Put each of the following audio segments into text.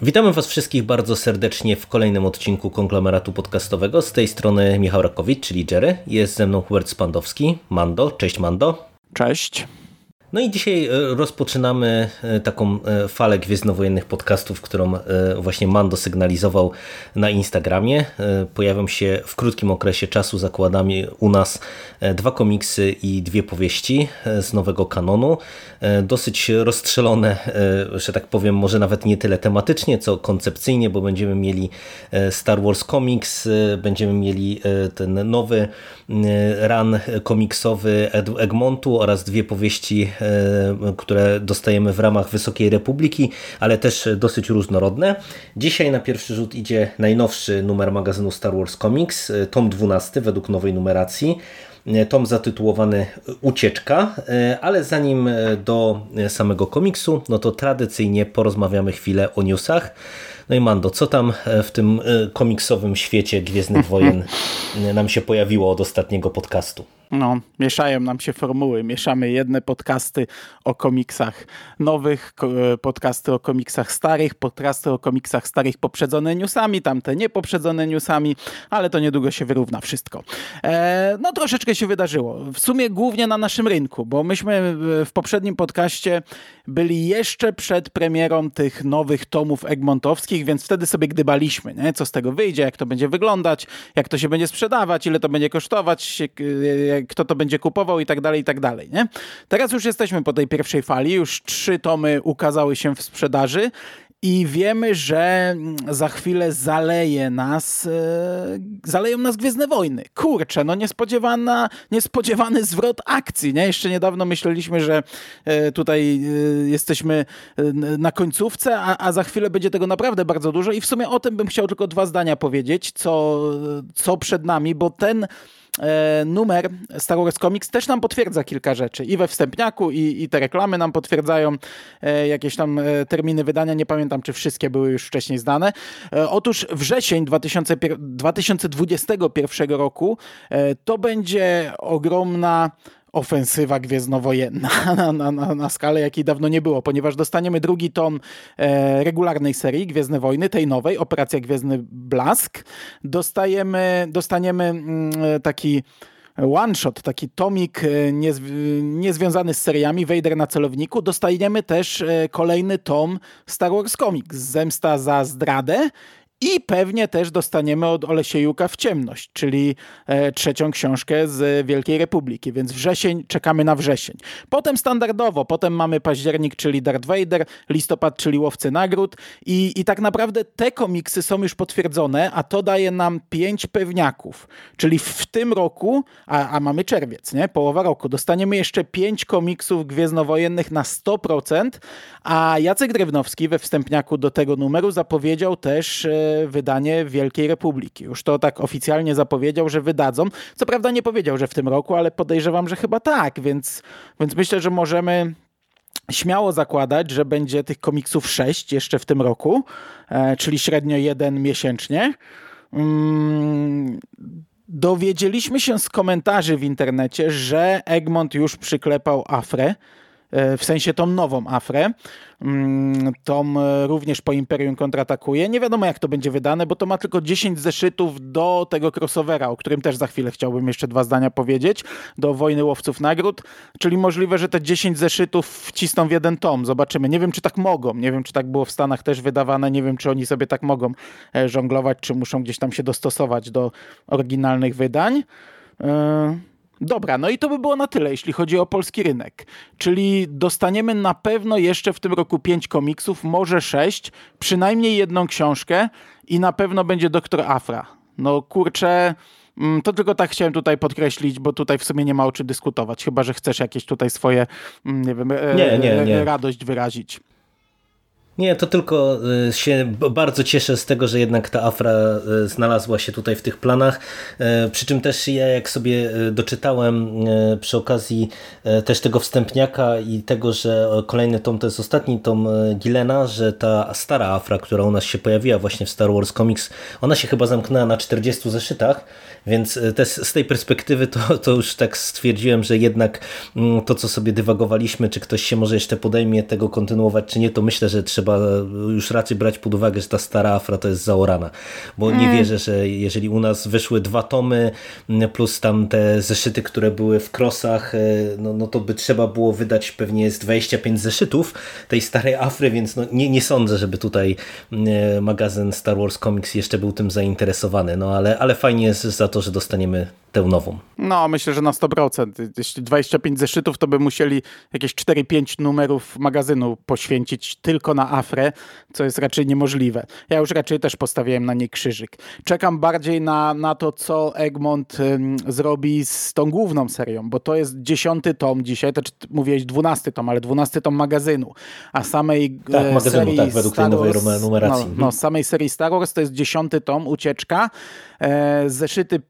Witamy Was wszystkich bardzo serdecznie w kolejnym odcinku Konglomeratu Podcastowego. Z tej strony Michał Rakowicz, czyli Jerry. Jest ze mną Hubert Spandowski. Mando. Cześć Mando. Cześć. No i dzisiaj rozpoczynamy taką falę gwiezdnowojennych podcastów, którą właśnie Mando sygnalizował na Instagramie. Pojawią się w krótkim okresie czasu, zakładamy u nas 2 komiksy i 2 powieści z nowego kanonu. Dosyć rozstrzelone, że tak powiem, może nawet nie tyle tematycznie, co koncepcyjnie, bo będziemy mieli Star Wars Comics, będziemy mieli ten nowy run komiksowy Egmontu oraz 2 powieści, które dostajemy w ramach Wysokiej Republiki, ale też dosyć różnorodne. Dzisiaj na pierwszy rzut idzie najnowszy numer magazynu Star Wars Comics, tom 12 według nowej numeracji. Tom zatytułowany Ucieczka, ale zanim do samego komiksu, no to tradycyjnie porozmawiamy chwilę o newsach. No i Mando, co tam w tym komiksowym świecie Gwiezdnych Wojen nam się pojawiło od ostatniego podcastu? No, mieszają nam się formuły. Mieszamy jedne podcasty o komiksach nowych, podcasty o komiksach starych, podcasty o komiksach starych poprzedzone newsami, tamte nie poprzedzone newsami, ale to niedługo się wyrówna wszystko. No troszeczkę się wydarzyło. W sumie głównie na naszym rynku, bo myśmy w poprzednim podcaście byli jeszcze przed premierą tych nowych tomów egmontowskich, więc wtedy sobie gdybaliśmy, nie? Co z tego wyjdzie, jak to będzie wyglądać, jak to się będzie sprzedawać, ile to będzie kosztować, kto to będzie kupował i tak dalej, nie? Teraz już jesteśmy po tej pierwszej fali, już 3 tomy ukazały się w sprzedaży i wiemy, że za chwilę zaleją nas Gwiezdne Wojny. Kurczę, no niespodziewany zwrot akcji, nie? Jeszcze niedawno myśleliśmy, że tutaj jesteśmy na końcówce, a za chwilę będzie tego naprawdę bardzo dużo i w sumie o tym bym chciał tylko 2 zdania powiedzieć, co przed nami, bo ten numer Star Wars Comics też nam potwierdza kilka rzeczy i we wstępniaku i te reklamy nam potwierdzają jakieś tam terminy wydania, nie pamiętam czy wszystkie były już wcześniej znane. Otóż wrzesień 2021 roku to będzie ogromna ofensywa gwiezdnowojenna na skalę, jakiej dawno nie było, ponieważ dostaniemy 2 tom regularnej serii Gwiezdne Wojny, tej nowej, Operacja Gwiezdny Blask. Dostaniemy taki one-shot, taki tomik niezwiązany z seriami, Vader na celowniku. Dostajemy też kolejny tom Star Wars Comics, Zemsta za zdradę. I pewnie też dostaniemy od Olesiejuka W ciemność, czyli 3. książkę z Wielkiej Republiki, więc wrzesień, czekamy na wrzesień. Potem standardowo, potem mamy październik, czyli Darth Vader, listopad, czyli Łowcy Nagród i tak naprawdę te komiksy są już potwierdzone, a to daje nam 5 pewniaków, czyli w tym roku, a mamy czerwiec, nie? Połowa roku, dostaniemy jeszcze 5 komiksów gwiezdnowojennych na 100%, a Jacek Drewnowski we wstępniaku do tego numeru zapowiedział też wydanie Wielkiej Republiki. Już to tak oficjalnie zapowiedział, że wydadzą. Co prawda nie powiedział, że w tym roku, ale podejrzewam, że chyba tak, więc myślę, że możemy śmiało zakładać, że będzie tych komiksów 6 jeszcze w tym roku, czyli średnio 1 miesięcznie. Dowiedzieliśmy się z komentarzy w internecie, że Egmont już przyklepał Afrę, w sensie tą nową Afrę. Tom również po Imperium kontratakuje. Nie wiadomo jak to będzie wydane, bo to ma tylko 10 zeszytów do tego crossovera, o którym też za chwilę chciałbym jeszcze 2 zdania powiedzieć, do Wojny Łowców Nagród, czyli możliwe, że te 10 zeszytów wcisną w 1 tom. Zobaczymy. Nie wiem, czy tak mogą. Nie wiem, czy tak było w Stanach też wydawane. Nie wiem, czy oni sobie tak mogą żonglować, czy muszą gdzieś tam się dostosować do oryginalnych wydań. Dobra, no i to by było na tyle, jeśli chodzi o polski rynek. Czyli dostaniemy na pewno jeszcze w tym roku 5 komiksów, może 6, przynajmniej 1 książkę i na pewno będzie Doktor Afra. No kurczę, to tylko tak chciałem tutaj podkreślić, bo tutaj w sumie nie ma o czym dyskutować, chyba że chcesz jakieś tutaj swoje, nie wiem, nie. Radość wyrazić. Nie, to tylko się bardzo cieszę z tego, że jednak ta Afra znalazła się tutaj w tych planach. Przy czym też ja jak sobie doczytałem przy okazji też tego wstępniaka i tego, że kolejny tom to jest ostatni tom Gillena, że ta stara Afra, która u nas się pojawiła właśnie w Star Wars Comics, ona się chyba zamknęła na 40 zeszytach, więc też z tej perspektywy to już tak stwierdziłem, że jednak to, co sobie dywagowaliśmy, czy ktoś się może jeszcze podejmie tego kontynuować, czy nie, to myślę, że trzeba trzeba już raczej brać pod uwagę, że ta stara Afra to jest zaorana, bo nie wierzę, że jeżeli u nas wyszły 2 tomy plus tam te zeszyty, które były w Crossach, no to by trzeba było wydać pewnie z 25 zeszytów tej starej Afry, więc no nie sądzę, żeby tutaj magazyn Star Wars Comics jeszcze był tym zainteresowany, no ale fajnie jest za to, że dostaniemy tę nową. No, myślę, że na 100%. Jeśli 25 zeszytów, to by musieli jakieś 4-5 numerów magazynu poświęcić tylko na Afrę, co jest raczej niemożliwe. Ja już raczej też postawiłem na niej krzyżyk. Czekam bardziej na to, co Egmont zrobi z tą główną serią, bo to jest 10. tom dzisiaj, to mówiłeś 12 tom, ale 12 tom magazynu, a samej magazynu, serii tak, według tej nowej numeracji. No, samej serii Star Wars to jest 10. tom, Ucieczka, zeszyty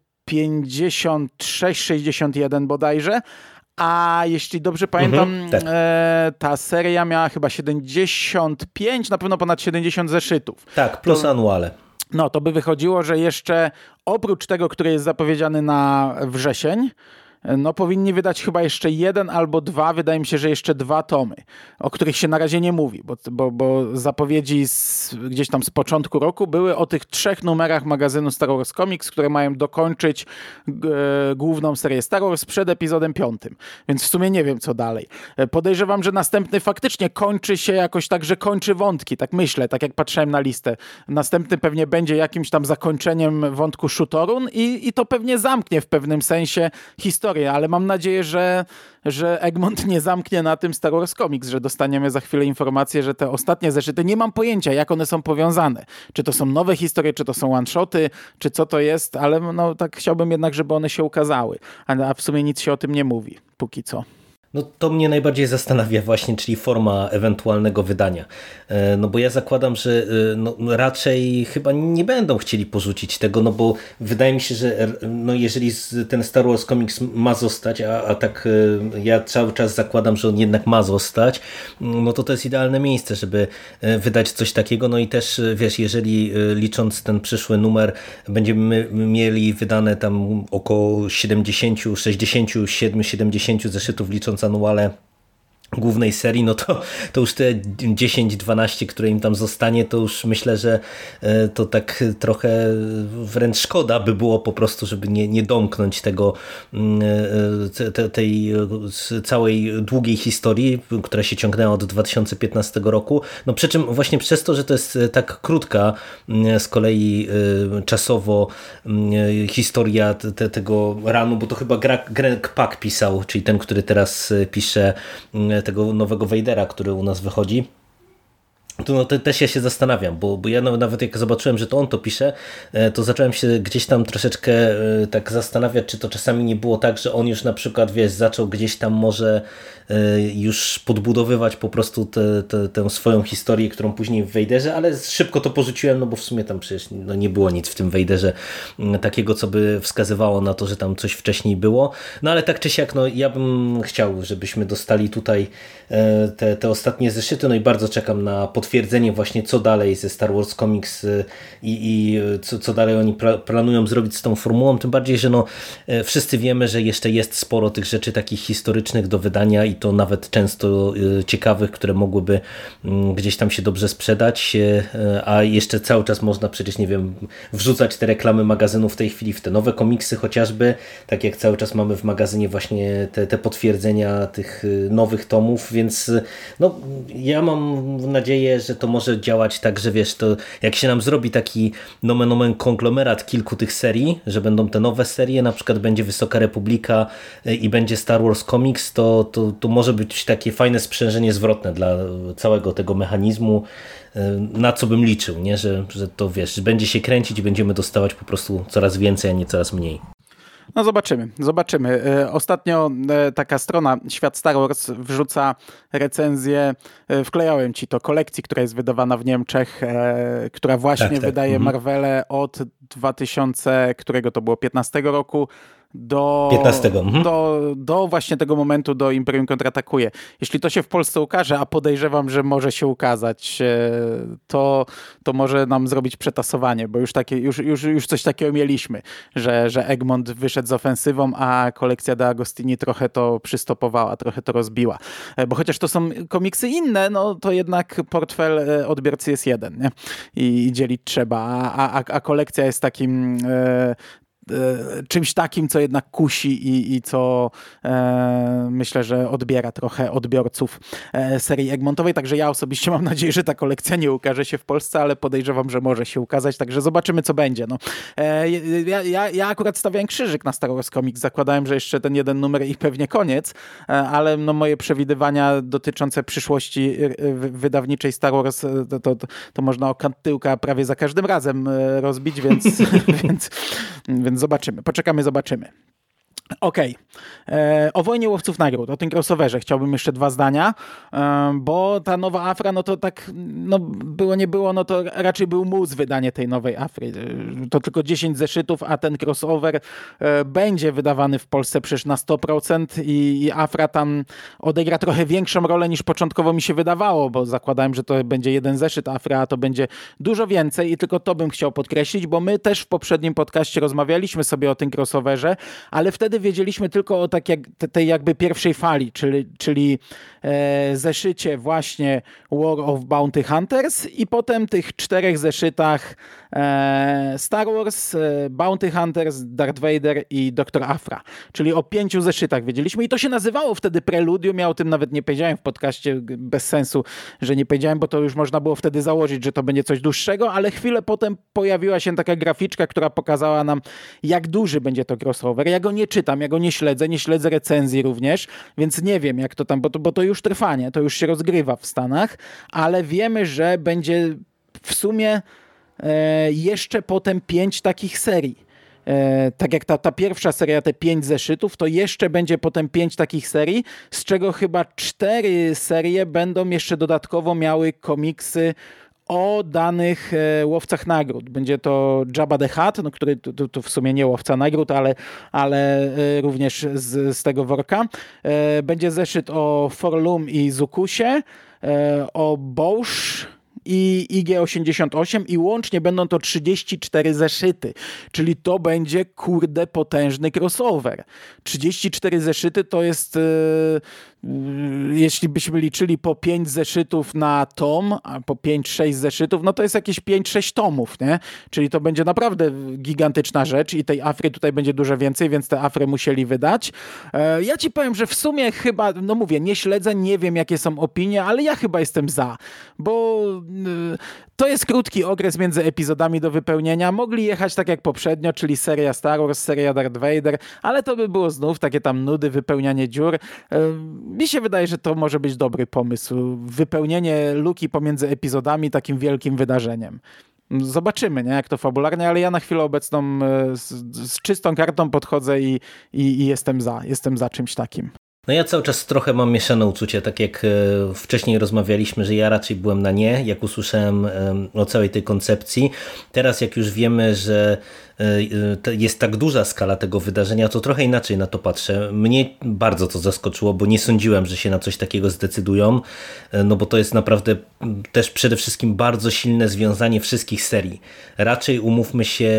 56-61 bodajże, a jeśli dobrze pamiętam, tak. Ta seria miała chyba 75, na pewno ponad 70 zeszytów. Tak, plus anuale. No, to by wychodziło, że jeszcze oprócz tego, który jest zapowiedziany na wrzesień, no powinni wydać chyba jeszcze 1 albo 2, wydaje mi się, że jeszcze 2 tomy, o których się na razie nie mówi, bo zapowiedzi gdzieś tam z początku roku były o tych 3 numerach magazynu Star Wars Comics, które mają dokończyć główną serię Star Wars przed epizodem 5. Więc w sumie nie wiem, co dalej. Podejrzewam, że następny faktycznie kończy się jakoś tak, że kończy wątki, tak myślę, tak jak patrzyłem na listę. Następny pewnie będzie jakimś tam zakończeniem wątku Shutorun i to pewnie zamknie w pewnym sensie historię, ale mam nadzieję, że Egmont nie zamknie na tym Star Wars Comics, że dostaniemy za chwilę informację, że te ostatnie zeszyty, nie mam pojęcia, jak one są powiązane. Czy to są nowe historie, czy to są one-shoty, czy co to jest, ale no tak chciałbym jednak, żeby one się ukazały. A w sumie nic się o tym nie mówi, póki co. No to mnie najbardziej zastanawia właśnie, czyli forma ewentualnego wydania. No bo ja zakładam, że no raczej chyba nie będą chcieli porzucić tego, no bo wydaje mi się, że no jeżeli ten Star Wars Comics ma zostać, a tak ja cały czas zakładam, że on jednak ma zostać, no to jest idealne miejsce, żeby wydać coś takiego. No i też wiesz, jeżeli licząc ten przyszły numer będziemy mieli wydane tam około 70, 67, 70 zeszytów licząc anuale głównej serii, no to już te 10-12, które im tam zostanie, to już myślę, że to tak trochę wręcz szkoda by było po prostu, żeby nie domknąć tej całej długiej historii, która się ciągnęła od 2015 roku. No przy czym właśnie przez to, że to jest tak krótka z kolei czasowo historia tego ranu, bo to chyba Greg Pak pisał, czyli ten, który teraz pisze tego nowego Vadera, który u nas wychodzi. No też ja się zastanawiam, bo ja nawet jak zobaczyłem, że to on to pisze, to zacząłem się gdzieś tam troszeczkę tak zastanawiać, czy to czasami nie było tak, że on już na przykład, wiesz, zaczął gdzieś tam może już podbudowywać po prostu tę swoją historię, którą później w Vaderze, ale szybko to porzuciłem, no bo w sumie tam przecież no nie było nic w tym Vaderze takiego, co by wskazywało na to, że tam coś wcześniej było. No ale tak czy siak, no ja bym chciał, żebyśmy dostali tutaj te ostatnie zeszyty, no i bardzo czekam na potwierdzenie właśnie, co dalej ze Star Wars Comics i co dalej oni planują zrobić z tą formułą, tym bardziej, że no wszyscy wiemy, że jeszcze jest sporo tych rzeczy takich historycznych do wydania i to nawet często ciekawych, które mogłyby gdzieś tam się dobrze sprzedać, a jeszcze cały czas można przecież, nie wiem, wrzucać te reklamy magazynu w tej chwili w te nowe komiksy chociażby, tak jak cały czas mamy w magazynie właśnie te potwierdzenia tych nowych tomów, więc no ja mam nadzieję, że to może działać tak, że wiesz, to jak się nam zrobi taki nomen omen konglomerat kilku tych serii, że będą te nowe serie, na przykład będzie Wysoka Republika i będzie Star Wars Comics, to może być takie fajne sprzężenie zwrotne dla całego tego mechanizmu, na co bym liczył, nie? Że to wiesz, będzie się kręcić i będziemy dostawać po prostu coraz więcej, a nie coraz mniej. No zobaczymy. Ostatnio taka strona Świat Star Wars wrzuca recenzję, wklejałem ci to, kolekcji, która jest wydawana w Niemczech, która właśnie wydaje Marvele od 2000, którego to było, 15 roku, do 15. Do właśnie tego momentu, do Imperium kontratakuje. Jeśli to się w Polsce ukaże, a podejrzewam, że może się ukazać, to może nam zrobić przetasowanie, bo już coś takiego mieliśmy, że Egmont wyszedł z ofensywą, a kolekcja De Agostini trochę to przystopowała, trochę to rozbiła. Bo chociaż to są komiksy inne, no to jednak portfel odbiorcy jest jeden, nie? I dzielić trzeba, a kolekcja jest takim czymś takim, co jednak kusi i co myślę, że odbiera trochę odbiorców serii Egmontowej, także ja osobiście mam nadzieję, że ta kolekcja nie ukaże się w Polsce, ale podejrzewam, że może się ukazać, także zobaczymy, co będzie. No. Ja akurat stawiałem krzyżyk na Star Wars Comics, zakładałem, że jeszcze ten jeden numer i pewnie koniec, ale no, moje przewidywania dotyczące przyszłości wydawniczej Star Wars to można o kant tyłka prawie za każdym razem rozbić, więc zobaczymy. Poczekamy, zobaczymy. Okej. O Wojnie Łowców Nagród, o tym crossoverze chciałbym jeszcze 2 zdania, bo ta nowa Afra, no to tak, no było nie było, no to raczej był mus wydanie tej nowej Afry. To tylko 10 zeszytów, a ten crossover będzie wydawany w Polsce przecież na 100% i Afra tam odegra trochę większą rolę niż początkowo mi się wydawało, bo zakładałem, że to będzie jeden zeszyt Afry, a to będzie dużo więcej i tylko to bym chciał podkreślić, bo my też w poprzednim podcaście rozmawialiśmy sobie o tym crossoverze, ale wtedy wiedzieliśmy tylko o tej jakby pierwszej fali, czyli zeszycie właśnie War of Bounty Hunters i potem tych 4 zeszytach Star Wars, Bounty Hunters, Darth Vader i Dr. Afra. Czyli o 5 zeszytach wiedzieliśmy i to się nazywało wtedy Preludium. Ja o tym nawet nie powiedziałem w podcaście, bez sensu, że nie powiedziałem, bo to już można było wtedy założyć, że to będzie coś dłuższego, ale chwilę potem pojawiła się taka graficzka, która pokazała nam, jak duży będzie to crossover. Ja go nie czytam, ja go nie śledzę recenzji również, więc nie wiem, jak to tam, bo to już trwa, nie? To już się rozgrywa w Stanach, ale wiemy, że będzie w sumie jeszcze potem 5 takich serii. Tak jak ta pierwsza seria, te 5 zeszytów, to jeszcze będzie potem 5 takich serii, z czego chyba 4 serie będą jeszcze dodatkowo miały komiksy o danych łowcach nagród. Będzie to Jabba the Hutt, no, który to w sumie nie łowca nagród, ale również z tego worka. Będzie zeszyt o Forlum i Zukusie, o Bouch i IG-88 i łącznie będą to 34 zeszyty, czyli to będzie kurde potężny crossover. 34 zeszyty to jest jeśli byśmy liczyli po 5 zeszytów na tom, a po 5-6 zeszytów, no to jest jakieś 5-6 tomów, nie? Czyli to będzie naprawdę gigantyczna rzecz i tej Afry tutaj będzie dużo więcej, więc te Afry musieli wydać. Ja ci powiem, że w sumie chyba, no mówię, nie śledzę, nie wiem jakie są opinie, ale ja chyba jestem za, bo to jest krótki okres między epizodami do wypełnienia. Mogli jechać tak jak poprzednio, czyli seria Star Wars, seria Darth Vader, ale to by było znów takie tam nudy, wypełnianie dziur. Mi się wydaje, że to może być dobry pomysł. Wypełnienie luki pomiędzy epizodami takim wielkim wydarzeniem. Zobaczymy, nie, jak to fabularnie, ale ja na chwilę obecną z czystą kartą podchodzę i jestem za czymś takim. No ja cały czas trochę mam mieszane uczucie, tak jak wcześniej rozmawialiśmy, że ja raczej byłem na nie, jak usłyszałem o całej tej koncepcji. Teraz jak już wiemy, że jest tak duża skala tego wydarzenia, to trochę inaczej na to patrzę. Mnie bardzo to zaskoczyło, bo nie sądziłem, że się na coś takiego zdecydują, no bo to jest naprawdę też przede wszystkim bardzo silne związanie wszystkich serii. Raczej umówmy się,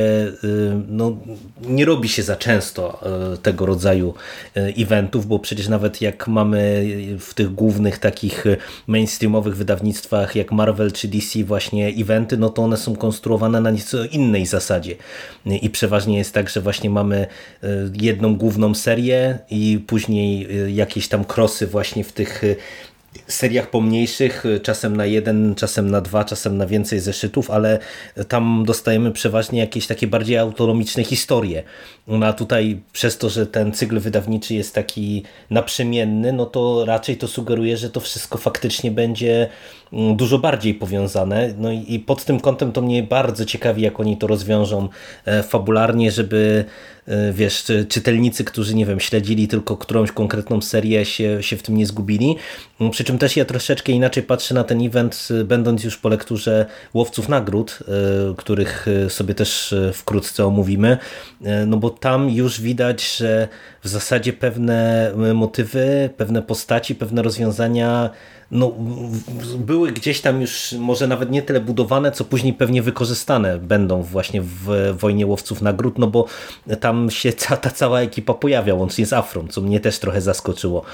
no nie robi się za często tego rodzaju eventów, bo przecież nawet jak mamy w tych głównych takich mainstreamowych wydawnictwach jak Marvel czy DC właśnie eventy, no to one są konstruowane na nieco innej zasadzie. I przeważnie jest tak, że właśnie mamy jedną główną serię i później jakieś tam crossy właśnie w tych seriach pomniejszych, czasem na 1, czasem na 2, czasem na więcej zeszytów, ale tam dostajemy przeważnie jakieś takie bardziej autonomiczne historie. No a tutaj przez to, że ten cykl wydawniczy jest taki naprzemienny, no to raczej to sugeruje, że to wszystko faktycznie będzie dużo bardziej powiązane. No i pod tym kątem to mnie bardzo ciekawi, jak oni to rozwiążą fabularnie, żeby wiesz, czytelnicy, którzy nie wiem, śledzili tylko którąś konkretną serię się w tym nie zgubili. Przecież Przy czym też ja troszeczkę inaczej patrzę na ten event, będąc już po lekturze Łowców Nagród, których sobie też wkrótce omówimy, no bo tam już widać, że w zasadzie pewne motywy, pewne postaci, pewne rozwiązania no, były gdzieś tam już może nawet nie tyle budowane, co później pewnie wykorzystane będą właśnie w Wojnie Łowców Nagród, no bo tam się ta cała ekipa pojawia, łącznie z Afrą, co mnie też trochę zaskoczyło.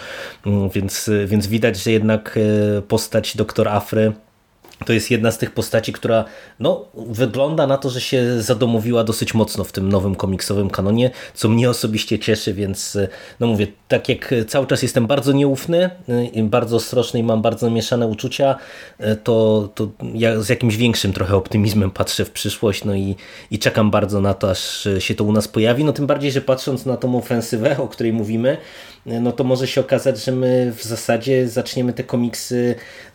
Więc widać, że jednak postać doktor Afry to jest jedna z tych postaci, która no, wygląda na to, że się zadomowiła dosyć mocno w tym nowym komiksowym kanonie, co mnie osobiście cieszy, więc no mówię, tak jak cały czas jestem bardzo nieufny, bardzo ostrożny i mam bardzo mieszane uczucia, to ja z jakimś większym trochę optymizmem patrzę w przyszłość, no i czekam bardzo na to, aż się to u nas pojawi, no tym bardziej, że patrząc na tą ofensywę, o której mówimy, no to może się okazać, że my w zasadzie zaczniemy te komiksy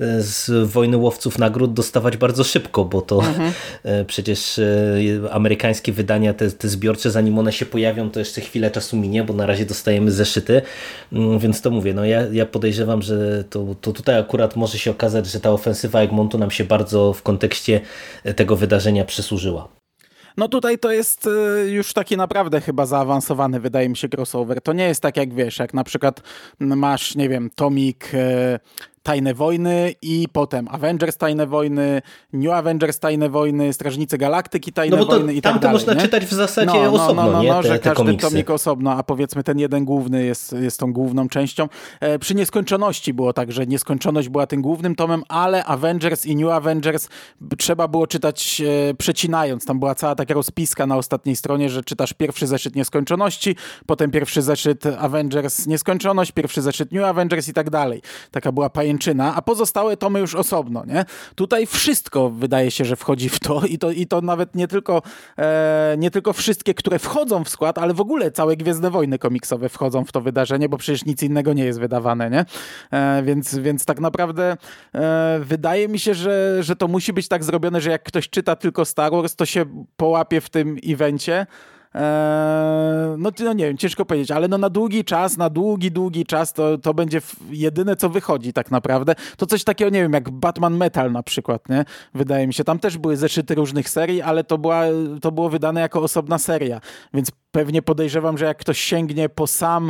z Wojny Łowców Nagród dostawać bardzo szybko, bo to przecież amerykańskie wydania, te zbiorcze, zanim one się pojawią, to jeszcze chwilę czasu minie, bo na razie dostajemy zeszyty, więc to mówię, no ja podejrzewam, że to tutaj akurat może się okazać, że ta ofensywa Egmontu nam się bardzo w kontekście tego wydarzenia przysłużyła. No tutaj to jest już taki naprawdę chyba zaawansowany, wydaje mi się, crossover. To nie jest tak jak wiesz, jak na przykład masz, nie wiem, tomik Tajne Wojny i potem Avengers Tajne Wojny, New Avengers Tajne Wojny, Strażnicy Galaktyki Tajne Wojny i tak dalej. Tam to można czytać w zasadzie osobno, nie? Że każdy tomik osobno, a powiedzmy ten jeden główny jest tą główną częścią. Przy Nieskończoności było tak, że Nieskończoność była tym głównym tomem, ale Avengers i New Avengers trzeba było czytać przecinając. Tam była cała taka rozpiska na ostatniej stronie, że czytasz pierwszy zeszyt Nieskończoności, potem pierwszy zeszyt Avengers Nieskończoność, pierwszy zeszyt New Avengers i tak dalej. Taka była a pozostałe tomy już osobno, nie? Tutaj wszystko wydaje się, że wchodzi w to i to nawet nie tylko wszystkie, które wchodzą w skład, ale w ogóle całe Gwiezdne Wojny komiksowe wchodzą w to wydarzenie, bo przecież nic innego nie jest wydawane, nie? Więc tak naprawdę wydaje mi się, że to musi być tak zrobione, że jak ktoś czyta tylko Star Wars, to się połapie w tym evencie. No nie wiem, ciężko powiedzieć, ale no na długi czas to będzie jedyne, co wychodzi tak naprawdę. To coś takiego, nie wiem, jak Batman Metal na przykład, nie? Wydaje mi się, tam też były zeszyty różnych serii, ale to było wydane jako osobna seria, więc pewnie podejrzewam, że jak ktoś sięgnie po sam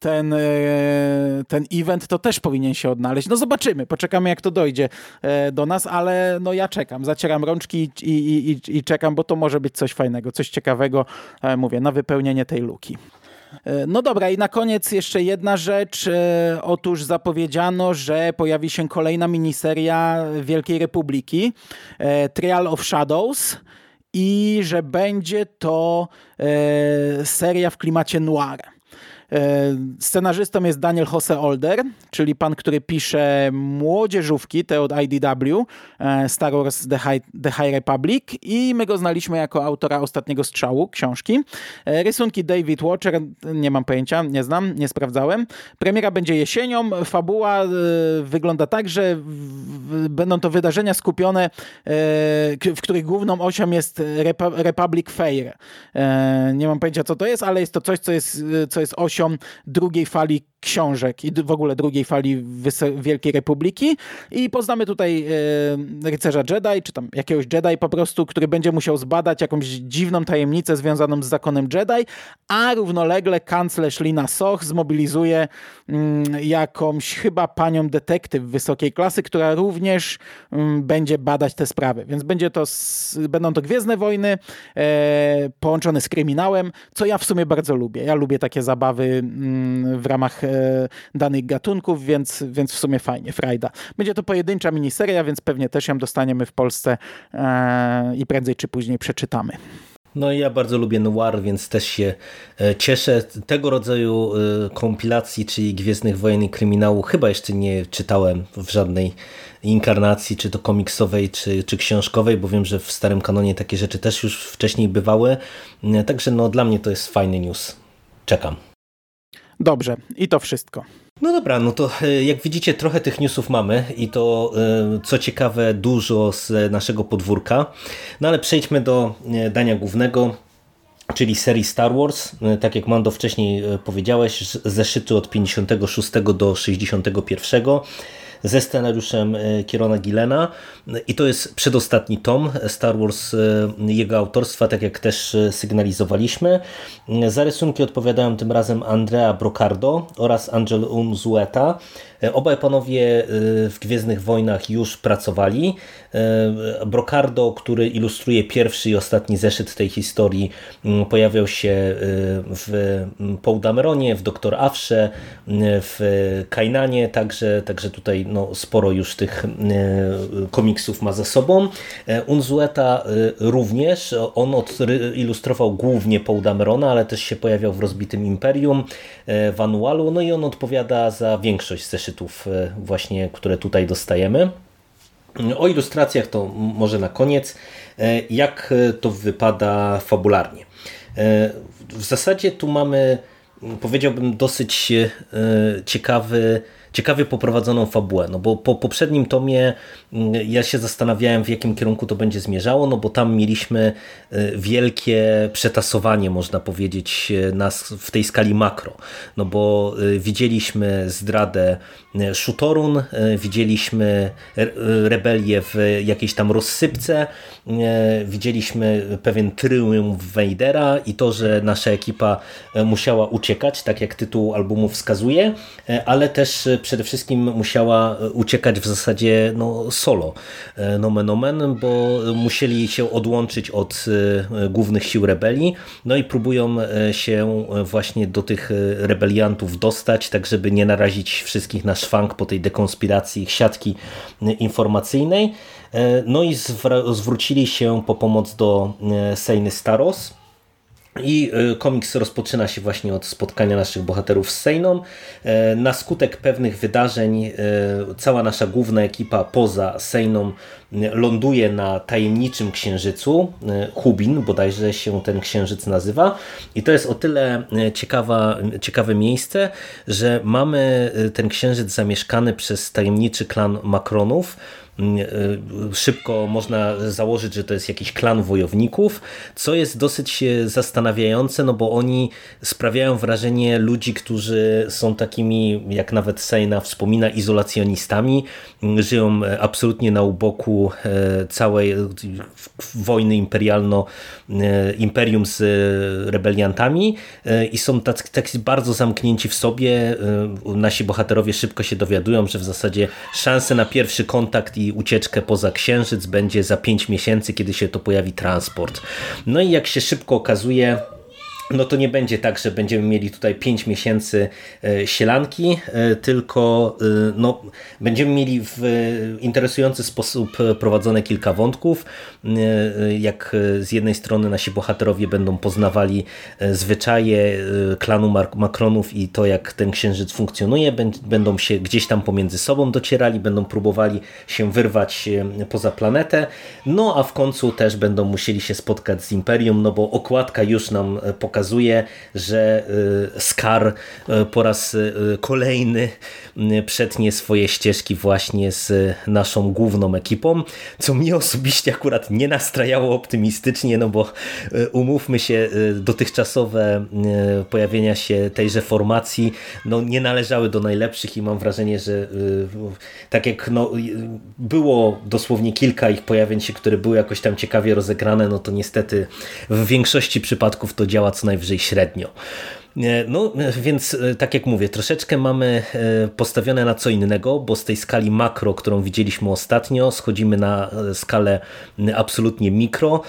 ten event, to też powinien się odnaleźć. No zobaczymy, poczekamy jak to dojdzie do nas, ale no ja czekam, zacieram rączki i czekam, bo to może być coś fajnego, coś ciekawego, mówię, na wypełnienie tej luki. No dobra, i na koniec jeszcze jedna rzecz. Otóż zapowiedziano, że pojawi się kolejna miniseria Wielkiej Republiki, Trial of Shadows, i że będzie to seria w klimacie noir. Scenarzystą jest Daniel Jose Older, czyli pan, który pisze młodzieżówki, te od IDW, Star Wars The High Republic, i my go znaliśmy jako autora Ostatniego Strzału, książki. Rysunki David Watcher, nie mam pojęcia, nie znam, nie sprawdzałem. Premiera będzie jesienią, fabuła wygląda tak, że będą to wydarzenia skupione, w których główną osią jest Republic Fair. Nie mam pojęcia, co to jest, ale jest to coś, co jest osią drugiej fali książek i w ogóle drugiej fali Wielkiej Republiki, i poznamy tutaj rycerza Jedi, czy tam jakiegoś Jedi po prostu, który będzie musiał zbadać jakąś dziwną tajemnicę związaną z zakonem Jedi, a równolegle kanclerz Lina Soch zmobilizuje jakąś chyba panią detektyw wysokiej klasy, która również będzie badać te sprawy. Więc będą to Gwiezdne Wojny połączone z kryminałem, co ja w sumie bardzo lubię. Ja lubię takie zabawy w ramach danych gatunków, więc w sumie fajnie, frajda. Będzie to pojedyncza miniseria, więc pewnie też ją dostaniemy w Polsce i prędzej czy później przeczytamy. No i ja bardzo lubię noir, więc też się cieszę. Tego rodzaju kompilacji, czyli Gwiezdnych Wojen i kryminału, chyba jeszcze nie czytałem w żadnej inkarnacji, czy to komiksowej, czy książkowej, bo wiem, że w starym kanonie takie rzeczy też już wcześniej bywały. Także no, dla mnie to jest fajny news. Czekam. Dobrze, i to wszystko. No dobra, no to jak widzicie, trochę tych newsów mamy i to, co ciekawe, dużo z naszego podwórka. No ale przejdźmy do dania głównego, czyli serii Star Wars. Tak jak Mando wcześniej powiedziałeś, zeszyty od 56 do 61. ze scenariuszem Kierona Gillena i to jest przedostatni tom Star Wars jego autorstwa, tak jak też sygnalizowaliśmy. Za rysunki odpowiadają tym razem Andrea Brocardo oraz Angel Unzueta. Obaj panowie w Gwiezdnych Wojnach już pracowali. Brocardo, który ilustruje pierwszy i ostatni zeszyt tej historii, pojawiał się w Paul Dameronie, w Doktor Afrze, w Kainanie, także tutaj sporo już tych komiksów ma za sobą. Unzueta również, on ilustrował głównie Paul Damerona, ale też się pojawiał w Rozbitym Imperium, w Annualu, no i on odpowiada za większość zeszytów właśnie, które tutaj dostajemy. O ilustracjach to może na koniec. Jak to wypada fabularnie? W zasadzie tu mamy, powiedziałbym, dosyć ciekawie poprowadzoną fabułę, no bo po poprzednim tomie ja się zastanawiałem, w jakim kierunku to będzie zmierzało, no bo tam mieliśmy wielkie przetasowanie, można powiedzieć, w tej skali makro, no bo widzieliśmy zdradę Shutorun, widzieliśmy rebelię w jakiejś tam rozsypce, widzieliśmy pewien tryumf Vadera i to, że nasza ekipa musiała uciekać, tak jak tytuł albumu wskazuje, ale też przede wszystkim musiała uciekać w zasadzie solo, nomen omen, bo musieli się odłączyć od głównych sił rebelii, no i próbują się właśnie do tych rebeliantów dostać, tak żeby nie narazić wszystkich na szwank po tej dekonspiracji ich siatki informacyjnej. No i zwrócili się po pomoc do Sejny Staros. I komiks rozpoczyna się właśnie od spotkania naszych bohaterów z Sejną. Na skutek pewnych wydarzeń cała nasza główna ekipa poza Sejną ląduje na tajemniczym księżycu, Hubin bodajże się ten księżyc nazywa, i to jest o tyle ciekawe miejsce, że mamy ten księżyc zamieszkany przez tajemniczy klan Makronów. Szybko można założyć, że to jest jakiś klan wojowników, co jest dosyć zastanawiające, no bo oni sprawiają wrażenie ludzi, którzy są takimi, jak nawet Sejna wspomina, izolacjonistami, żyją absolutnie na uboku całej wojny imperium z rebeliantami i są tacy bardzo zamknięci w sobie. Nasi bohaterowie szybko się dowiadują, że w zasadzie szanse na pierwszy kontakt i ucieczkę poza księżyc będzie za 5 miesięcy, kiedy się to pojawi transport. No i jak się szybko okazuje, no to nie będzie tak, że będziemy mieli tutaj 5 miesięcy sielanki, tylko będziemy mieli w interesujący sposób prowadzone kilka wątków. Jak z jednej strony nasi bohaterowie będą poznawali zwyczaje klanu Makronów i to, jak ten księżyc funkcjonuje, będą się gdzieś tam pomiędzy sobą docierali, będą próbowali się wyrwać poza planetę, no a w końcu też będą musieli się spotkać z Imperium, no bo okładka już nam pokazuje, że Skar po raz kolejny przetnie swoje ścieżki właśnie z naszą główną ekipą, co mnie osobiście akurat nie nastrajało optymistycznie, no bo umówmy się, dotychczasowe pojawienia się tejże formacji nie należały do najlepszych i mam wrażenie, że tak jak było dosłownie kilka ich pojawień się, które były jakoś tam ciekawie rozegrane, no to niestety w większości przypadków to działa co najwyżej średnio. No więc tak jak mówię, troszeczkę mamy postawione na co innego, bo z tej skali makro, którą widzieliśmy ostatnio, schodzimy na skalę absolutnie mikro.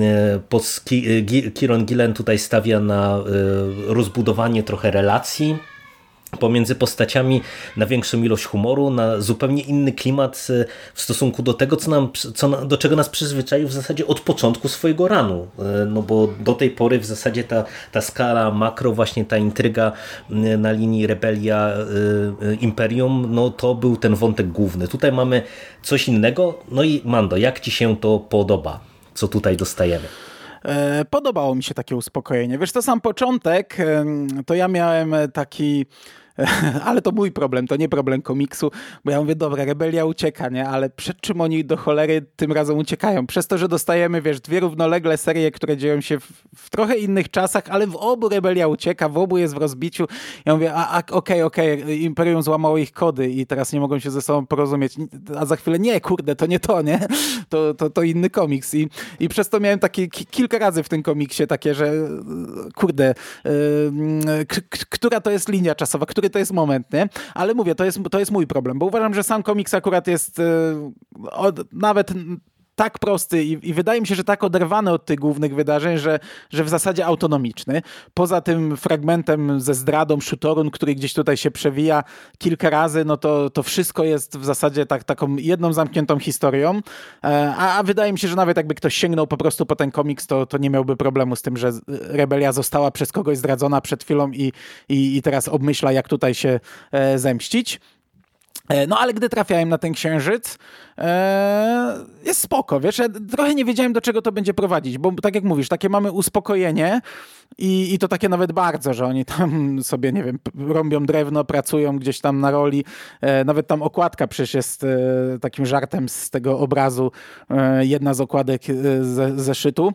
Kieron Gillen tutaj stawia na rozbudowanie trochę relacji pomiędzy postaciami, na większą ilość humoru, na zupełnie inny klimat w stosunku do tego, do czego nas przyzwyczaił w zasadzie od początku swojego runu. No bo do tej pory w zasadzie ta skala makro, właśnie ta intryga na linii rebelia imperium, no to był ten wątek główny. Tutaj mamy coś innego. No i Mando, jak ci się to podoba, co tutaj dostajemy? Podobało mi się takie uspokojenie. Wiesz, to sam początek, to ja miałem taki ale to mój problem, to nie problem komiksu, bo ja mówię, dobra, rebelia ucieka, nie, ale przed czym oni do cholery tym razem uciekają? Przez to, że dostajemy, wiesz, dwie równolegle serie, które dzieją się w trochę innych czasach, ale w obu rebelia ucieka, w obu jest w rozbiciu. Ja mówię, okej, Imperium złamało ich kody i teraz nie mogą się ze sobą porozumieć, a za chwilę, nie, kurde, to nie to, nie? To inny komiks i przez to miałem takie kilka razy w tym komiksie takie, że kurde, która to jest linia czasowa, który to jest moment, nie? Ale mówię, to jest mój problem, bo uważam, że sam komiks akurat jest nawet tak prosty i wydaje mi się, że tak oderwany od tych głównych wydarzeń, że w zasadzie autonomiczny. Poza tym fragmentem ze zdradą Shutorun, który gdzieś tutaj się przewija kilka razy, no to wszystko jest w zasadzie taką jedną zamkniętą historią, a wydaje mi się, że nawet jakby ktoś sięgnął po prostu po ten komiks, to nie miałby problemu z tym, że rebelia została przez kogoś zdradzona przed chwilą i teraz obmyśla, jak tutaj się zemścić. No ale gdy trafiałem na ten księżyc, jest spoko, wiesz, ja trochę nie wiedziałem, do czego to będzie prowadzić, bo tak jak mówisz, takie mamy uspokojenie i to takie nawet bardzo, że oni tam sobie, nie wiem, rąbią drewno, pracują gdzieś tam na roli, nawet tam okładka przecież jest takim żartem z tego obrazu, jedna z okładek zeszytu.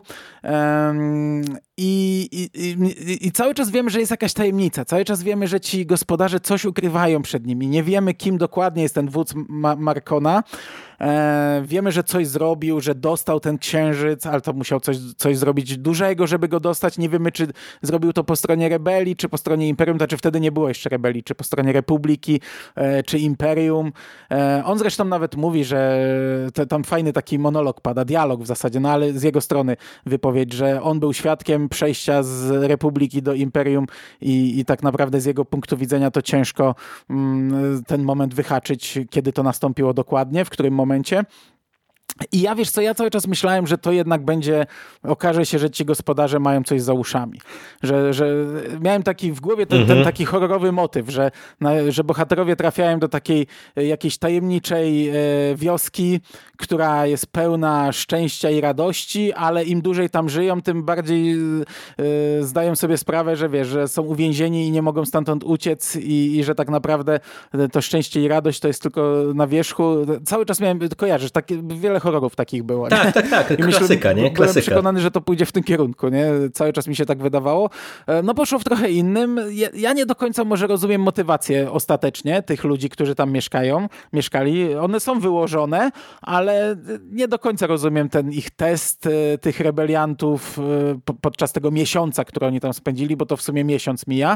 I cały czas wiemy, że jest jakaś tajemnica. Cały czas wiemy, że ci gospodarze coś ukrywają przed nimi. Nie wiemy, kim dokładnie jest ten wódz Markona. Wiemy, że coś zrobił, że dostał ten księżyc, ale to musiał coś zrobić dużego, żeby go dostać. Nie wiemy, czy zrobił to po stronie rebelii, czy po stronie Imperium, to czy wtedy nie było jeszcze rebelii, czy po stronie Republiki, czy Imperium. On zresztą nawet mówi, że tam fajny taki monolog pada, dialog w zasadzie, no ale z jego strony wypowiedź, że on był świadkiem przejścia z Republiki do Imperium i tak naprawdę z jego punktu widzenia to ciężko ten moment wyhaczyć, kiedy to nastąpiło dokładnie, w którym momencie. I ja, wiesz co, ja cały czas myślałem, że to jednak okaże się, że ci gospodarze mają coś za uszami. Że miałem taki w głowie ten taki horrorowy motyw, że bohaterowie trafiają do takiej jakiejś tajemniczej wioski, która jest pełna szczęścia i radości, ale im dłużej tam żyją, tym bardziej zdają sobie sprawę, że wiesz, że są uwięzieni i nie mogą stamtąd uciec i że tak naprawdę to szczęście i radość to jest tylko na wierzchu. Cały czas miałem, kojarzysz, wiele horrorów takich było. Tak, klasyka, nie? Byłem przekonany, że to pójdzie w tym kierunku, nie? Cały czas mi się tak wydawało. No poszło w trochę innym. Ja nie do końca może rozumiem motywację ostatecznie tych ludzi, którzy tam mieszkali. One są wyłożone, ale nie do końca rozumiem ten ich test tych rebeliantów podczas tego miesiąca, który oni tam spędzili, bo to w sumie miesiąc mija.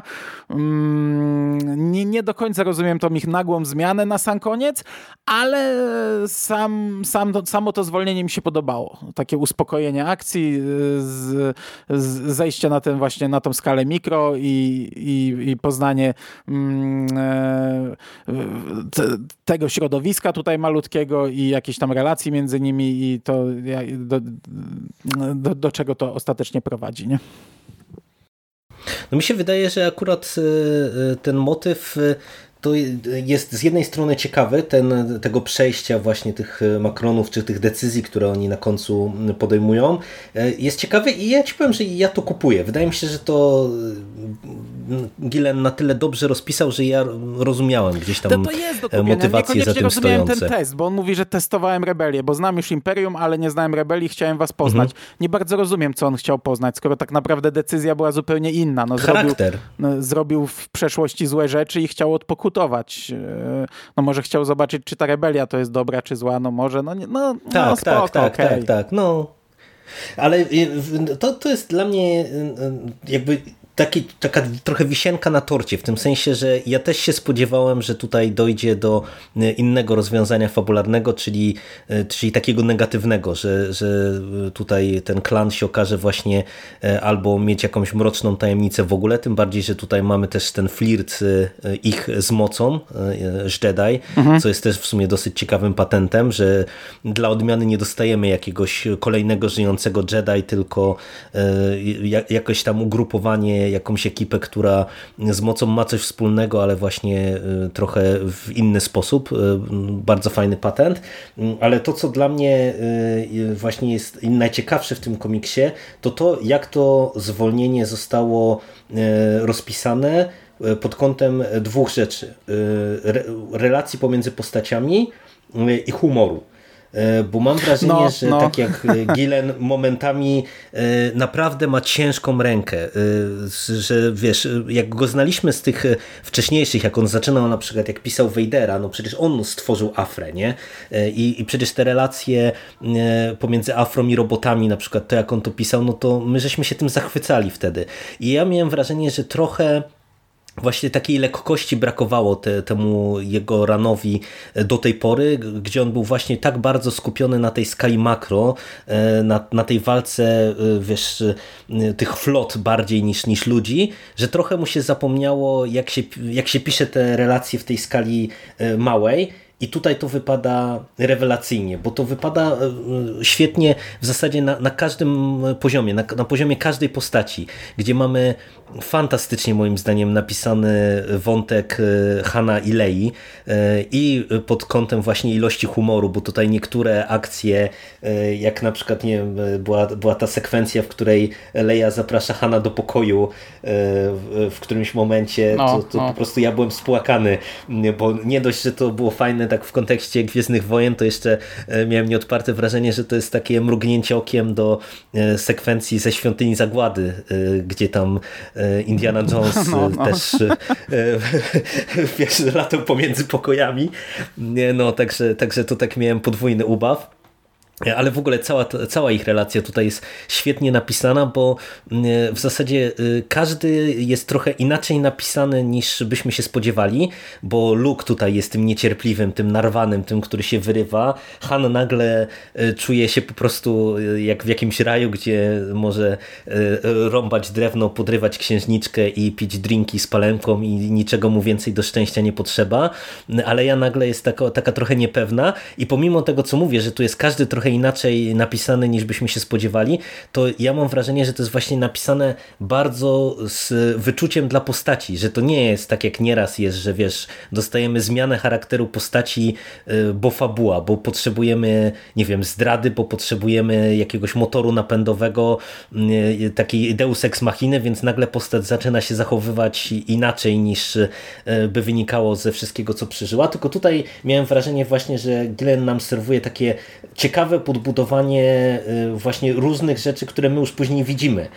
Nie do końca rozumiem tą ich nagłą zmianę na sam koniec, ale samo to zwolnienie mi się podobało. Takie uspokojenie akcji, zejście na tą skalę mikro i poznanie tego środowiska tutaj malutkiego i jakiejś tam relacji między nimi i to do czego to ostatecznie prowadzi, nie? No mi się wydaje, że akurat ten motyw to jest z jednej strony ciekawy, tego przejścia właśnie tych makronów, czy tych decyzji, które oni na końcu podejmują, jest ciekawy i ja ci powiem, że ja to kupuję. Wydaje mi się, że to Gillen na tyle dobrze rozpisał, że ja rozumiałem gdzieś tam motywacje za tym stojące. Ten test, bo on mówi, że testowałem rebelię, bo znam już Imperium, ale nie znałem rebelii, chciałem was poznać. Nie bardzo rozumiem, co on chciał poznać, skoro tak naprawdę decyzja była zupełnie inna. Zrobił w przeszłości złe rzeczy i chciał odpokutować. No może chciał zobaczyć, czy ta rebelia to jest dobra, czy zła, no może, tak. No. Ale to jest dla mnie jakby taka trochę wisienka na torcie, w tym sensie, że ja też się spodziewałem, że tutaj dojdzie do innego rozwiązania fabularnego, czyli takiego negatywnego, że tutaj ten klan się okaże właśnie albo mieć jakąś mroczną tajemnicę w ogóle, tym bardziej, że tutaj mamy też ten flirt ich z mocą, Jedi, co jest też w sumie dosyć ciekawym patentem, że dla odmiany nie dostajemy jakiegoś kolejnego żyjącego Jedi, tylko jakoś tam ugrupowanie mamy jakąś ekipę, która z mocą ma coś wspólnego, ale właśnie trochę w inny sposób. Bardzo fajny patent. Ale to, co dla mnie właśnie jest najciekawsze w tym komiksie, to jak to zwolnienie zostało rozpisane pod kątem dwóch rzeczy. Relacji pomiędzy postaciami i humoru. Bo mam wrażenie, że tak jak Gillen momentami naprawdę ma ciężką rękę, że wiesz, jak go znaliśmy z tych wcześniejszych, jak on zaczynał na przykład, jak pisał Vadera, no przecież on stworzył Afrę, nie? I przecież te relacje pomiędzy Afrą i robotami, na przykład to jak on to pisał, no to my żeśmy się tym zachwycali wtedy. I ja miałem wrażenie, że trochę właśnie takiej lekkości brakowało temu jego ranowi do tej pory, gdzie on był właśnie tak bardzo skupiony na tej skali makro, na tej walce, wiesz, tych flot bardziej niż ludzi, że trochę mu się zapomniało, jak się pisze te relacje w tej skali małej. I tutaj to wypada rewelacyjnie, bo to wypada świetnie w zasadzie na każdym poziomie, na poziomie każdej postaci, gdzie mamy fantastycznie moim zdaniem napisany wątek Hana i Lei i pod kątem właśnie ilości humoru, bo tutaj niektóre akcje, jak na przykład nie wiem, była ta sekwencja, w której Leia zaprasza Hana do pokoju w którymś momencie, to po prostu ja byłem spłakany, bo nie dość, że to było fajne tak w kontekście Gwiezdnych Wojen, to jeszcze miałem nieodparte wrażenie, że to jest takie mrugnięcie okiem do sekwencji ze Świątyni Zagłady, gdzie tam Indiana Jones też wiesz, latał pomiędzy pokojami. No, także to tak miałem podwójny ubaw. Ale w ogóle cała ich relacja tutaj jest świetnie napisana, bo w zasadzie każdy jest trochę inaczej napisany niż byśmy się spodziewali, bo Luke tutaj jest tym niecierpliwym, tym narwanym, tym, który się wyrywa. Han nagle czuje się po prostu jak w jakimś raju, gdzie może rąbać drewno, podrywać księżniczkę i pić drinki z palemką i niczego mu więcej do szczęścia nie potrzeba, ale ja nagle jest taka trochę niepewna i pomimo tego, co mówię, że tu jest każdy trochę inaczej napisany niż byśmy się spodziewali, to ja mam wrażenie, że to jest właśnie napisane bardzo z wyczuciem dla postaci, że to nie jest tak jak nieraz jest, że wiesz, dostajemy zmianę charakteru postaci, bo fabuła, bo potrzebujemy, nie wiem, zdrady, bo potrzebujemy jakiegoś motoru napędowego, takiej deus ex machiny, więc nagle postać zaczyna się zachowywać inaczej niż by wynikało ze wszystkiego, co przeżyła, tylko tutaj miałem wrażenie właśnie, że Gillen nam serwuje takie ciekawe podbudowanie właśnie różnych rzeczy, które my już później widzimy,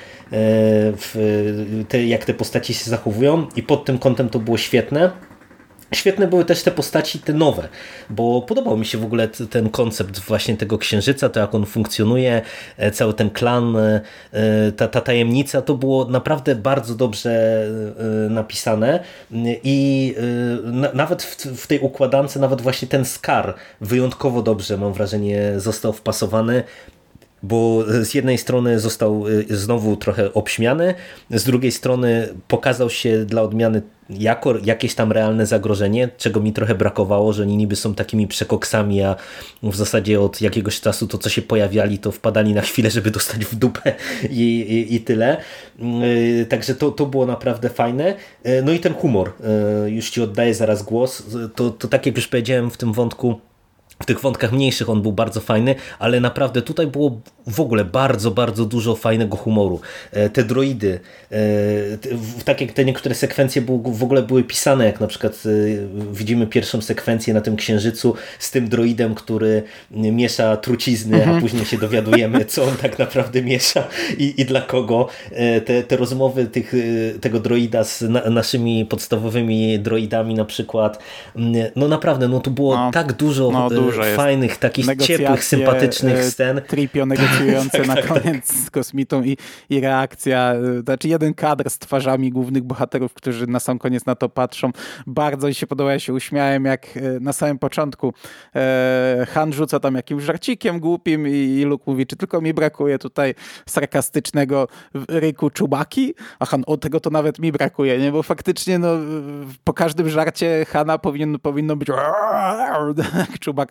jak te postaci się zachowują i pod tym kątem to było świetne. Świetne były też te postaci, te nowe, bo podobał mi się w ogóle ten koncept właśnie tego księżyca, to jak on funkcjonuje, cały ten klan, ta tajemnica, to było naprawdę bardzo dobrze napisane i nawet w tej układance, nawet właśnie ten Scar wyjątkowo dobrze, mam wrażenie, został wpasowany, bo z jednej strony został znowu trochę obśmiany, z drugiej strony pokazał się dla odmiany jako jakieś tam realne zagrożenie, czego mi trochę brakowało, że oni niby są takimi przekoksami, a w zasadzie od jakiegoś czasu to, co się pojawiali, to wpadali na chwilę, żeby dostać w dupę i tyle. Także to było naprawdę fajne. No i ten humor, już ci oddaję zaraz głos, to tak jak już powiedziałem w tym wątku, w tych wątkach mniejszych on był bardzo fajny, ale naprawdę tutaj było w ogóle bardzo, bardzo dużo fajnego humoru. Te droidy, tak jak te niektóre sekwencje w ogóle były pisane, jak na przykład widzimy pierwszą sekwencję na tym księżycu z tym droidem, który miesza trucizny, a później się dowiadujemy, co on tak naprawdę miesza i dla kogo. Te rozmowy tego droida z naszymi podstawowymi droidami na przykład. No naprawdę, no to było tak dużo fajnych, takich ciepłych, sympatycznych scen. Tripio negocjujące na koniec z kosmitą i reakcja, znaczy jeden kadr z twarzami głównych bohaterów, którzy na sam koniec na to patrzą. Bardzo mi się podoba, ja się uśmiałem, jak na samym początku Han rzuca tam jakimś żarcikiem głupim i Luke mówi, czy tylko mi brakuje tutaj sarkastycznego ryku Chewbacki, a Han, tego to nawet mi brakuje, nie? Bo faktycznie po każdym żarcie Hana powinno być jak Chewbacca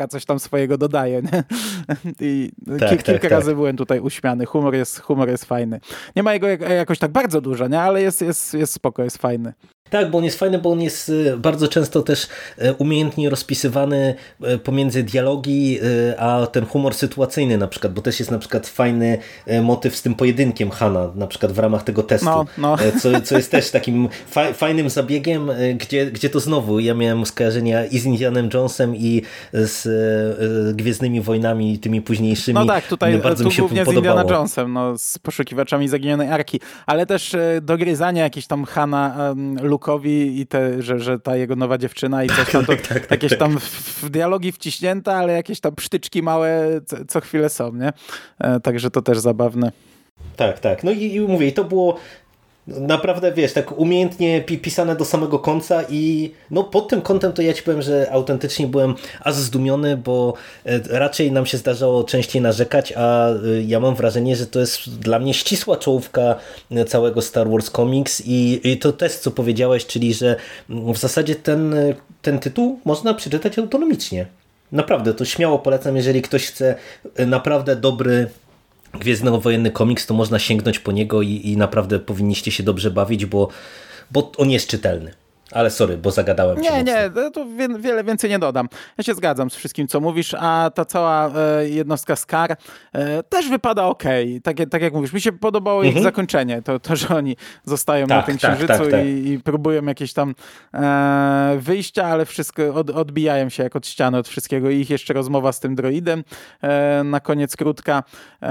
coś tam swojego dodaje. Nie? I kilka razy byłem tutaj uśmiany. Humor jest fajny. Nie ma jego jakoś tak bardzo dużo, nie? Ale jest spoko, jest fajny. Tak, bo on jest fajny, bo on jest bardzo często też umiejętnie rozpisywany pomiędzy dialogi, a ten humor sytuacyjny na przykład, bo też jest na przykład fajny motyw z tym pojedynkiem Hana, na przykład w ramach tego testu, no. Co jest też takim fajnym zabiegiem, gdzie to znowu ja miałem skojarzenia i z Indianem Jonesem i z Gwiezdnymi Wojnami, tymi późniejszymi. No tak, tutaj bardzo mi się głównie podobało. Z Indiana Jonesem, z poszukiwaczami zaginionej arki, ale też dogryzanie jakieś tam Hana Luke'owi i że ta jego nowa dziewczyna i coś tam, jakieś tam w dialogi wciśnięte, ale jakieś tam psztyczki małe co chwilę są, nie? Także to też zabawne. Tak. No i mówię, i to było naprawdę, wiesz, tak umiejętnie pisane do samego końca i no pod tym kątem to ja ci powiem, że autentycznie byłem aż zdumiony, bo raczej nam się zdarzało częściej narzekać, a ja mam wrażenie, że to jest dla mnie ścisła czołówka całego Star Wars Comics i to też, co powiedziałeś, czyli że w zasadzie ten tytuł można przeczytać autonomicznie. Naprawdę, to śmiało polecam, jeżeli ktoś chce naprawdę dobry Gwiezdnowojenny komiks, to można sięgnąć po niego i naprawdę powinniście się dobrze bawić, bo on jest czytelny. Ale sorry, bo zagadałem się. Nie, to wiele więcej nie dodam. Ja się zgadzam z wszystkim, co mówisz, a ta cała jednostka Skar też wypada okej. Tak jak mówisz, mi się podobało ich zakończenie, to, że oni zostają na tym księżycu i próbują jakieś tam wyjścia, ale wszystko odbijają się jak od ściany od wszystkiego i ich jeszcze rozmowa z tym droidem na koniec krótka.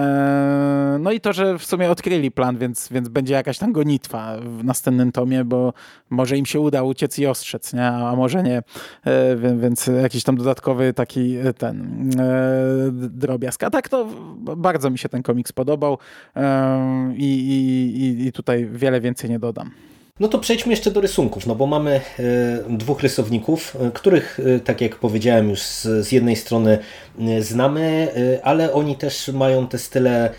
No i to, że w sumie odkryli plan, więc będzie jakaś tam gonitwa w następnym tomie, bo może im się uda uciec i ostrzec, nie? A może nie, więc jakiś tam dodatkowy taki drobiazg. A tak to bardzo mi się ten komiks podobał i tutaj wiele więcej nie dodam. No to przejdźmy jeszcze do rysunków, no bo mamy dwóch rysowników, których, tak jak powiedziałem, już z jednej strony znamy, ale oni też mają te style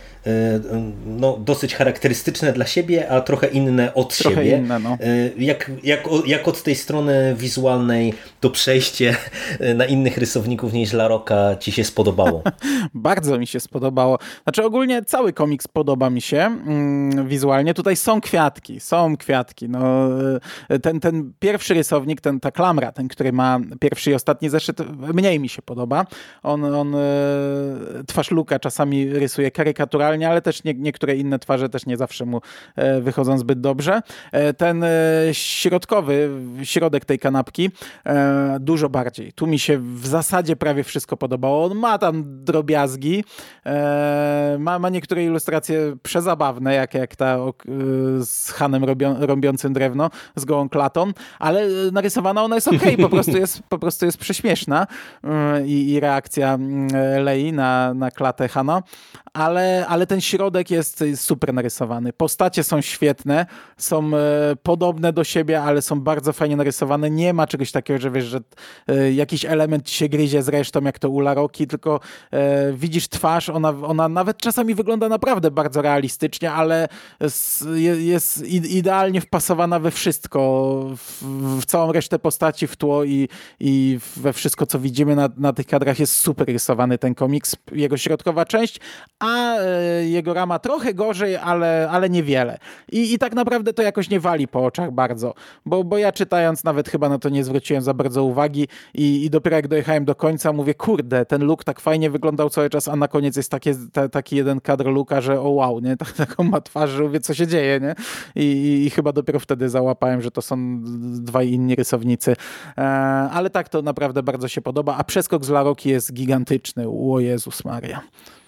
dosyć charakterystyczne dla siebie, a trochę inne od siebie. Inne, no. Jak od tej strony wizualnej to przejście na innych rysowników niż LaRocca ci się spodobało? Bardzo mi się spodobało. Znaczy ogólnie cały komiks podoba mi się wizualnie. Tutaj są kwiatki. No, ten pierwszy rysownik, ta klamra, ten, który ma pierwszy i ostatni zeszyt, mniej mi się podoba. On twarz Luka czasami rysuje karykaturalnie, ale też niektóre inne twarze też nie zawsze mu wychodzą zbyt dobrze. Ten środek tej kanapki dużo bardziej. Tu mi się w zasadzie prawie wszystko podobało. On ma tam drobiazgi, ma niektóre ilustracje przezabawne, jak ta z Hanem rąbiącym drewno, z gołą klatą, ale narysowana ona jest okej, po prostu jest prześmieszna i reakcja Lei na klatę Hana, ale ten środek jest super narysowany. Postacie są świetne, są podobne do siebie, ale są bardzo fajnie narysowane. Nie ma czegoś takiego, że wiesz, że jakiś element ci się gryzie z resztą, jak to u LaRocchi, tylko widzisz twarz, ona nawet czasami wygląda naprawdę bardzo realistycznie, ale jest idealnie wpasowana we wszystko, w całą resztę postaci, w tło i we wszystko, co widzimy na tych kadrach. Jest super rysowany ten komiks, jego środkowa część, a jego rama trochę gorzej, ale niewiele. I tak naprawdę to jakoś nie wali po oczach bardzo, bo ja czytając nawet chyba na to nie zwróciłem za bardzo uwagi i dopiero jak dojechałem do końca mówię, kurde, ten Luke tak fajnie wyglądał cały czas, a na koniec jest taki jeden kadr Luka, że o wow, nie? Taką ma twarz, że mówię, co się dzieje, nie? I chyba dopiero wtedy załapałem, że to są dwaj inni rysownicy. Ale tak, to naprawdę bardzo się podoba, a przeskok z LaRocchi jest gigantyczny. O Jezus Maria.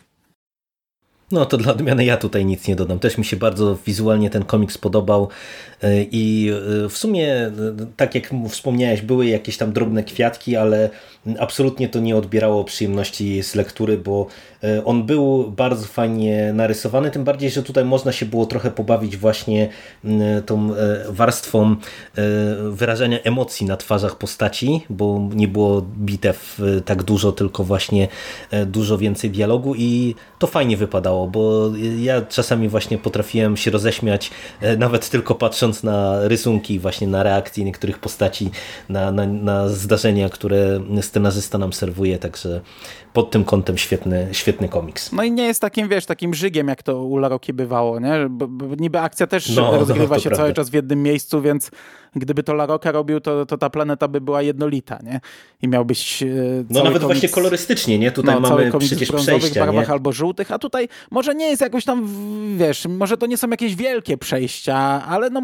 No to dla odmiany ja tutaj nic nie dodam. Też mi się bardzo wizualnie ten komiks podobał i w sumie, tak jak wspomniałeś, były jakieś tam drobne kwiatki, ale absolutnie to nie odbierało przyjemności z lektury, bo on był bardzo fajnie narysowany, tym bardziej, że tutaj można się było trochę pobawić właśnie tą warstwą wyrażania emocji na twarzach postaci, bo nie było bitew tak dużo, tylko właśnie dużo więcej dialogu i to fajnie wypadało. podobało, bo ja czasami właśnie potrafiłem się roześmiać, nawet tylko patrząc na rysunki, właśnie na reakcje niektórych postaci, na zdarzenia, które scenarzysta nam serwuje, także pod tym kątem świetny komiks. No i nie jest takim, takim żygiem, jak to u LaRocchi bywało, nie? Bo niby akcja też rozgrywa się cały czas w jednym miejscu, więc gdyby to LaRocca robił, to ta planeta by była jednolita, nie? I miałbyś no nawet właśnie kolorystycznie, nie? Tutaj mamy przecież przejścia, barwach nie? albo żółtych, a tutaj może nie jest jakoś tam, może to nie są jakieś wielkie przejścia, ale no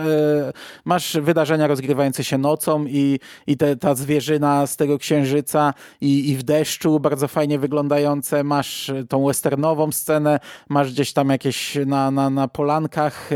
masz wydarzenia rozgrywające się nocą i ta zwierzyna z tego księżyca i w deszczu bardzo fajnie wyglądające, masz tą westernową scenę, masz gdzieś tam jakieś na polankach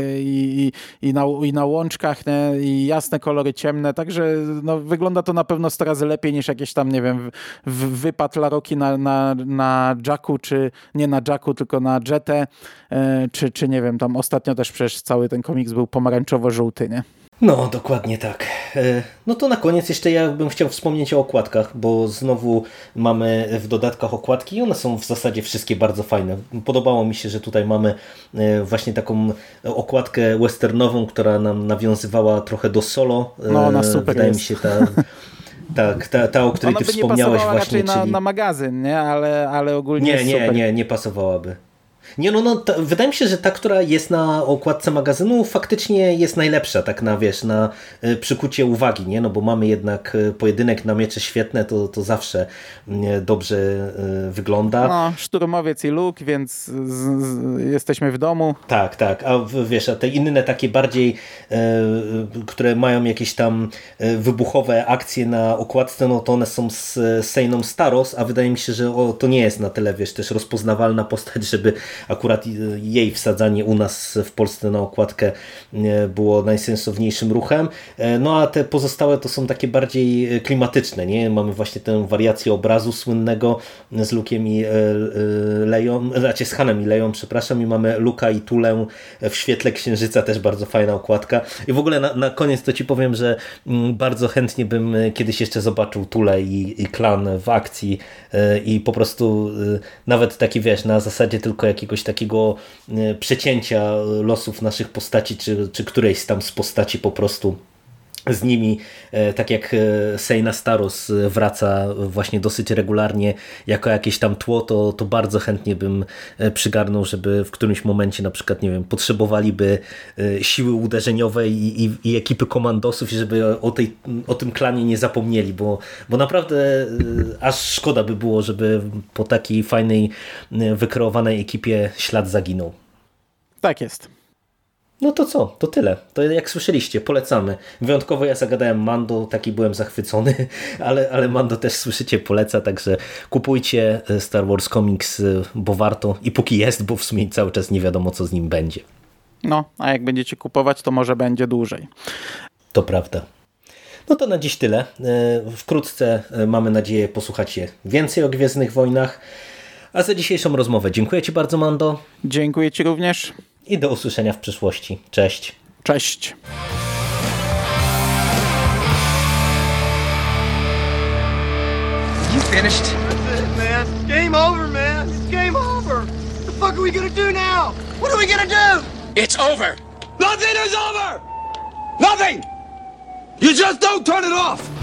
i na łączkach, nie? I jasne kolory, ciemne, także no, wygląda to na pewno 100 razy lepiej niż jakieś tam, nie wiem, wypad LaRocchi na Jacku, czy nie na Jacku, tylko na Jetę, czy nie wiem, tam ostatnio też przecież cały ten komiks był pomarańczowo-żółty, nie? No, dokładnie tak. No to na koniec jeszcze ja bym chciał wspomnieć o okładkach, bo znowu mamy w dodatkach okładki i one są w zasadzie wszystkie bardzo fajne. Podobało mi się, że tutaj mamy właśnie taką okładkę westernową, która nam nawiązywała trochę do Solo. No, ona super wydaje jest. mi się ta, o której ty wspomniałeś właśnie. Raczej czyli... na magazyn, nie? Ale ogólnie jest super. Nie pasowałaby. Nie, wydaje mi się, że ta, która jest na okładce magazynu, faktycznie jest najlepsza, tak na przykucie uwagi, nie? No bo mamy jednak pojedynek na miecze świetne, to zawsze dobrze wygląda. No, szturmowiec i Luke, więc jesteśmy w domu. Tak, a te inne takie bardziej, które mają jakieś tam wybuchowe akcje na okładce, no to one są z Sejną Staros, a wydaje mi się, że to nie jest na tyle, też rozpoznawalna postać, żeby akurat jej wsadzanie u nas w Polsce na okładkę było najsensowniejszym ruchem. No a te pozostałe to są takie bardziej klimatyczne, nie? Mamy właśnie tę wariację obrazu słynnego z Luke'iem i Leją, znaczy z Hanem i Leją, przepraszam, i mamy Luka i Tulę w świetle księżyca, też bardzo fajna okładka. I w ogóle na koniec to ci powiem, że bardzo chętnie bym kiedyś jeszcze zobaczył Tulę i klan w akcji i po prostu nawet taki, na zasadzie tylko jakiegoś takiego przecięcia losów naszych postaci, czy którejś tam z postaci po prostu z nimi, tak jak Sejna Staros wraca właśnie dosyć regularnie jako jakieś tam tło, to bardzo chętnie bym przygarnął, żeby w którymś momencie na przykład, nie wiem, potrzebowaliby siły uderzeniowej i ekipy komandosów, żeby o tym klanie nie zapomnieli, bo naprawdę aż szkoda by było, żeby po takiej fajnej, wykreowanej ekipie ślad zaginął. Tak jest. No to co? To tyle. To jak słyszeliście, polecamy. Wyjątkowo ja zagadałem Mando, taki byłem zachwycony, ale Mando też słyszycie, poleca, także kupujcie Star Wars Comics, bo warto i póki jest, bo w sumie cały czas nie wiadomo, co z nim będzie. No, a jak będziecie kupować, to może będzie dłużej. To prawda. No to na dziś tyle. Wkrótce, mamy nadzieję, posłuchacie więcej o Gwiezdnych Wojnach. A za dzisiejszą rozmowę dziękuję Ci bardzo, Mando. Dziękuję Ci również. I do usłyszenia w przyszłości. Cześć. Cześć. You finished? That's it, man. It's game over, man. It's game over. What the fuck are we gonna do now? What are we gonna do? It's over. Nothing is over. Nothing. You just don't turn it off.